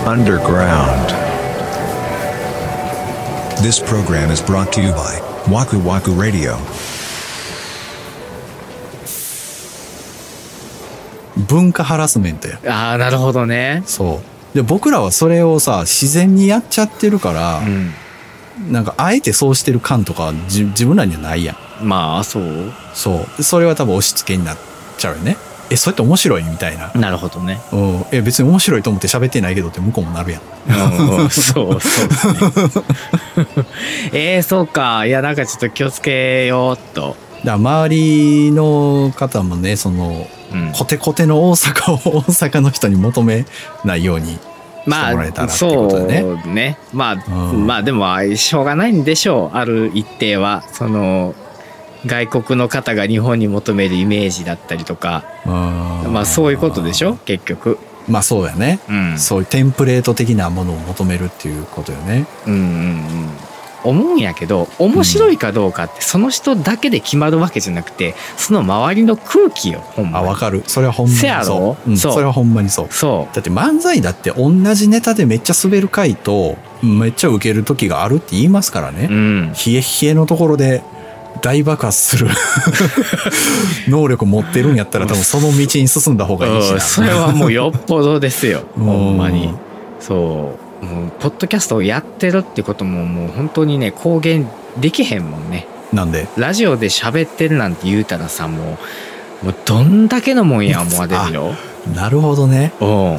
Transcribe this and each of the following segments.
underground. This program is brought to you by Waku Waku Radio. 文化ハラスメントや。 ああ、なるほどね。 そうで、僕らはそれをさ自然にやっちゃってるから、なんかあえてそうしてる感とかは自分らにはないやん。 まあそうそれは多分押し付けになっちゃうよね。それって面白いみたいな。 なるほどね。 別に面白いと思って喋ってないけどって向こうもなるやん。 そうね。そうか。いや、なんかちょっと気をつけようっと。 だから周りの方もね、その、コテコテの大阪を大阪の人に求めないようにしてもらえたらってことだね。 そうね。まあでもしょうがないんでしょう。ある一定はその外国の方が日本に求めるイメージだったりとか、まあそういうことでしょ結局。 まあそうやね、そういうテンプレート的なものを求めるっていうことよね。 思うんやけど、面白いかどうかってその人だけで決まるわけじゃなくて、その周りの空気よ。ほんまに。 わかる。それはほんまにそう。 せやろ？ それはほんまにそう。だって漫才だって同じネタでめっちゃ滑る回とめっちゃウケる時があるって言いますからね。冷え冷えのところで大爆発する能力持ってるんやったら多分その道に進んだ方がいいしな。 それはもうよっぽどですよ。ほんまに。そう。もうポッドキャストをやってるってことももう本当にね公言できへんもんね。 なんでラジオで喋ってるなんて言うたらさ、もうどんだけのもんや思われるよ。 なるほどね。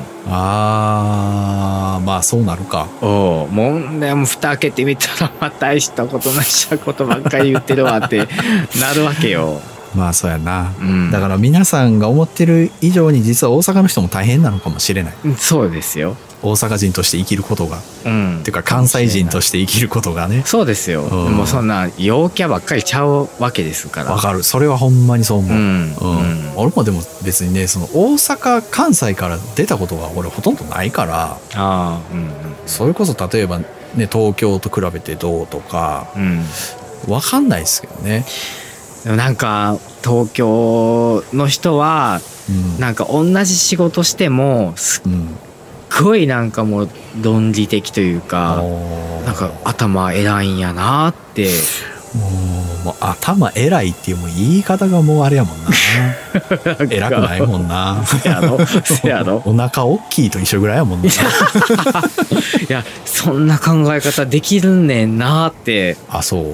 まあそうなるか。 もうでも蓋開けてみたらまあ大したことないしたことばっかり言ってるわってなるわけよ。 まあそうやな、だから皆さんが思ってる以上に実は大阪の人も大変なのかもしれない。 そうですよ。 大阪人として生きることが、っていうか関西人として生きることがね。 そうですよ、もうそんな陽キャばっかりちゃうわけですから。 わかる。それはほんまにそう思う。俺もでも別にね、その大阪関西から出たことが俺ほとんどないから、それこそ例えばね東京と比べてどうとか、わかんないですけどね。 でもなんか東京の人はなんか同じ仕事してもすっごいなんかもう論理的というか、なんか頭偉いんやなって。 もう頭偉いっていうもう言い方がもうあれやもんな偉くないもんな。 せやろお腹大きいと一緒ぐらいやもんな。いやそんな考え方できるねんなって。 そう。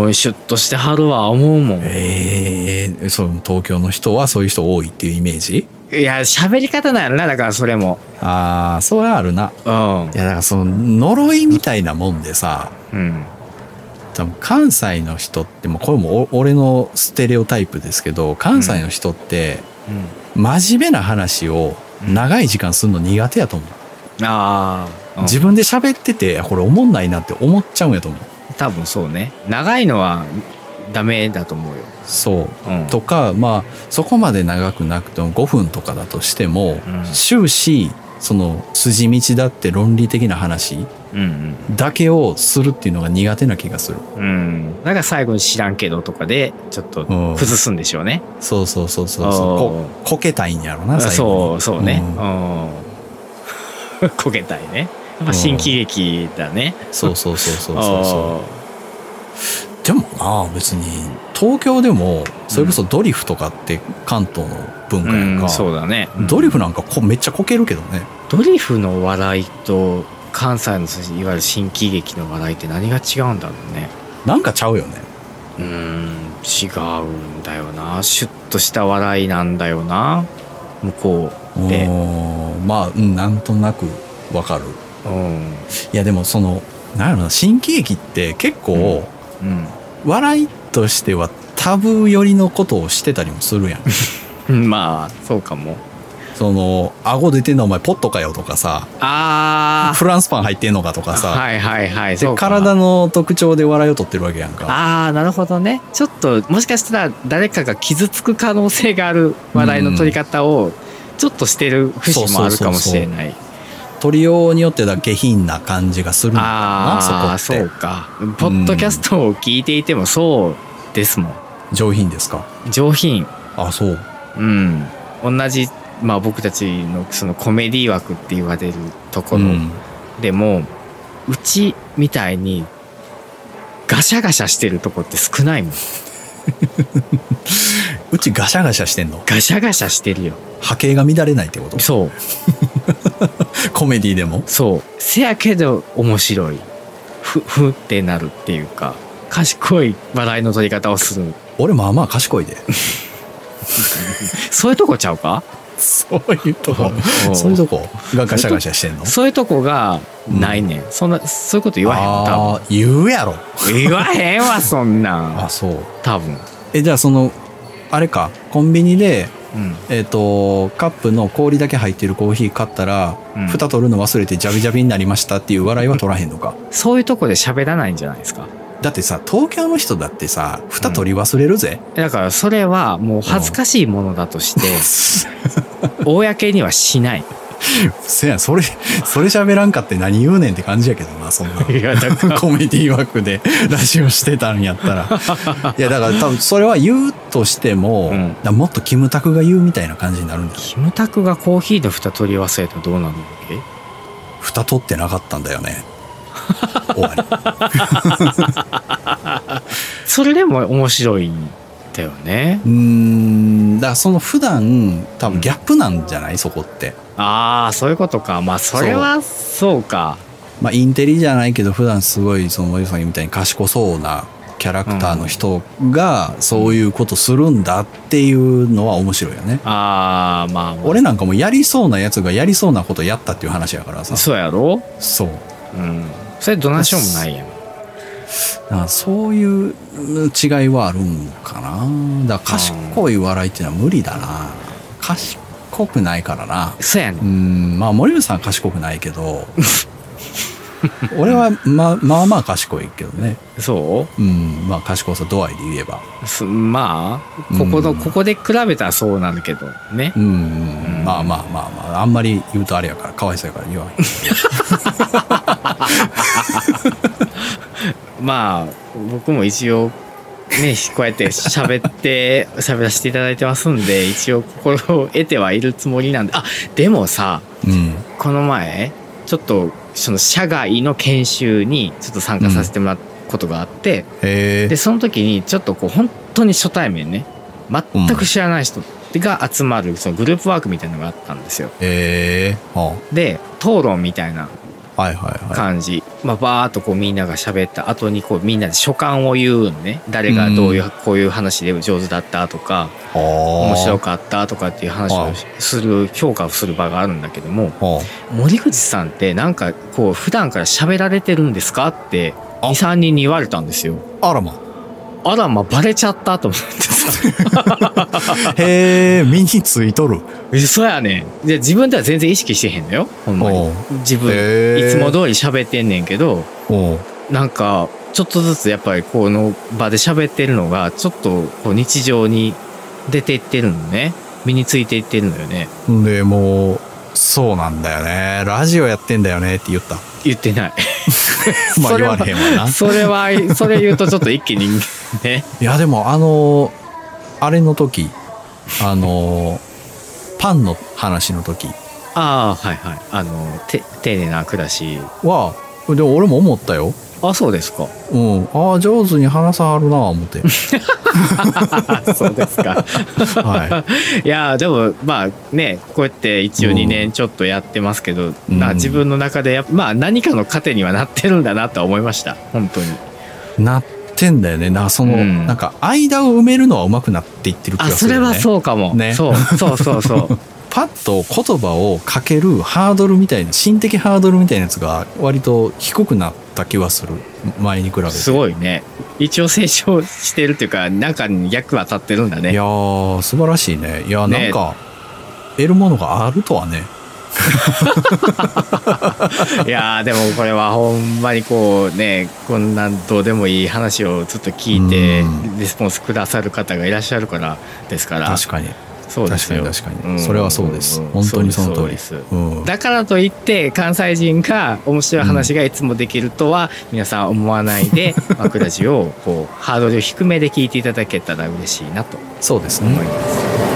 シュッとしてはるわ思うもん。 そう東京の人はそういう人多いっていうイメージ。 いや喋り方なんやろな。だからそれもそれはあるな。いやだからその呪いみたいなもんでさ、多分関西の人ってもうこれも俺のステレオタイプですけど、関西の人って真面目な話を長い時間するの苦手やと思う。自分で喋っててこれおもんないなって思っちゃうんやと思う。 多分そうね。長いのはダメだと思うよ。 そう、とかまあそこまで長くなくても5分とかだとしても、終始その筋道だって論理的な話だけをするっていうのが苦手な気がする。 だから最後に知らんけどとかでちょっと崩すんでしょうね。 そうこけたいんやろな最後に。そうね。 こけたいね。やっぱ新喜劇だね。 そうでもな別に東京でもそれこそドリフとかって関東の文化やんか。 そうだね。 ドリフなんかめっちゃこけるけどね。 ドリフの笑いと関西のいわゆる新喜劇の笑いって何が違うんだろうね。 なんかちゃうよね。 違うんだよな。シュッとした笑いなんだよな向こうで。 まあなんとなくわかる。いやでもそのなんやろな、新喜劇って結構、笑いとしてはタブー寄りのことをしてたりもするやん。まあそうかも。 その顎出てんのお前ポットかよとかさ、フランスパン入ってんのかとかさ、で体の特徴で笑いを取ってるわけやんか。 なるほどね。ちょっともしかしたら誰かが傷つく可能性がある笑いの取り方をちょっとしてる節もあるかもしれない。 取りようによってだ下品な感じがするのかな、そこって。 そうか。ポッドキャストを聞いていてもそうですもん。 上品ですか？ 上品。 そう。 同じまあ僕たちのそのコメディ枠って言われるところでも、うちみたいにガシャガシャしてるとこって少ないもん。 うちガシャガシャしてんの？ ガシャガシャしてるよ。 波形が乱れないってこと？ そうコメディでも？ そう。せやけど面白い。ふってなるっていうか、賢い笑いの取り方をする。 俺まあまあ賢いで。 そういうとこちゃうか？ そういうとこそういうとこがガシャガシャしてんの？ そういうとこがないねん。そういうこと言わへんの多分。 言うやろ。 言わへんわそんなん。 あ、そう多分。 じゃあそのあれか、コンビニで、 うん、 カップの氷だけ入ってるコーヒー買ったら、蓋取るの忘れてジャビジャビになりましたっていう笑いは取らへんのか？ そういうとこで喋らないんじゃないですか？ だってさ、東京の人だってさ、蓋取り忘れるぜ。 だからそれはもう恥ずかしいものだとして公にはしない。 せや、それ喋らんかって何言うねんって感じやけどな、そんな。 いやだからコメディ枠でラジオしてたんやったら。いやだから多分それは言うとしても、もっとキムタクが言うみたいな感じになるんだよ。 キムタクがコーヒーの蓋取り忘れたらどうなるんだっけ？ 蓋取ってなかったんだよね。終わり。 それでも面白いんだよね。 だからその普段多分ギャップなんじゃない、そこって。 ああ、そういうことか。まあそれはそうか。 まあインテリじゃないけど普段すごいその森さんみたいに賢そうなキャラクターの人がそういうことするんだっていうのは面白いよね。 ああ、まあ、 俺なんかもやりそうなやつがやりそうなことやったっていう話やからさ。 そうやろ？ そう。 うん。それどないしようもないやん。 なんかそういう違いはあるんかな。だから賢い笑いっていうのは無理だな。賢くないからな。 そうやねん。まあ森口さんは賢くないけど俺はまあまあ賢いけどね。 そう？ まあ賢さ度合いで言えば。 まあここで比べたらそうなんだけどね。 まあまあまあまあ、あんまり言うとあれやからかわいそうやから言わない。まあ僕も一応ねこうやって喋らせていただいてますんで、一応心を得てはいるつもりなんで。あ、でもさ、この前ちょっとその社外の研修にちょっと参加させてもらったことがあって、でその時にちょっとこう本当に初対面ね、全く知らない人が集まるそのグループワークみたいなのがあったんですよ。で討論みたいな感じ、まあ、バーっとこうみんなが喋った後にこうみんなで所感を言うのね。誰がどういうこういう話で上手だったとか面白かったとかっていう話をする評価をする場があるんだけども、森口さんってなんかこう普段から喋られてるんですかって2、3人に言われたんですよ。あらまバレちゃったと思ってさへえ、身についとる。 そうやねん。で自分では全然意識してへんのよ、ほんまに。自分いつも通り喋ってんねんけど、なんかちょっとずつやっぱりこの場で喋ってるのがちょっとこう日常に出ていってるのね。身についていってるのよね。 でもうそうなんだよね、ラジオやってんだよねって言ってないまあ言われへんわな。 それ言うとちょっと一気にね。 いやでもあれの時パンの話の時、 はいはい、丁寧な暮らしはでも俺も思ったよ。 あ、そうですか。 上手に話さはるな思ってそうですかはい。 いやでもまあね、こうやって一応2年ちょっとやってますけど、自分の中でまあ何かの糧にはなってるんだなとは思いました。本当になってんだよね。なんか間を埋めるのは上手くなっていってる気がするよね。 それはそうかもね。そうパッと言葉をかけるハードルみたいな、心的ハードルみたいなやつが割と低くなった気はする、前に比べて。 すごいね。一応成長してるっていうか、中に役は立ってるんだね。 いやー素晴らしいね。いやなんか得るものがあるとはねいやでもこれはほんまにこうね、こんなどうでもいい話をずっと聞いてレスポンスくださる方がいらっしゃるからですから。 確かにそうですよ。 確かに、それはそうです。本当にその通りです。 だからといって関西人が面白い話がいつもできるとは皆さん思わないで、マクラジをこうハードル低めで聞いていただけたら嬉しいなとそうですね。 思います。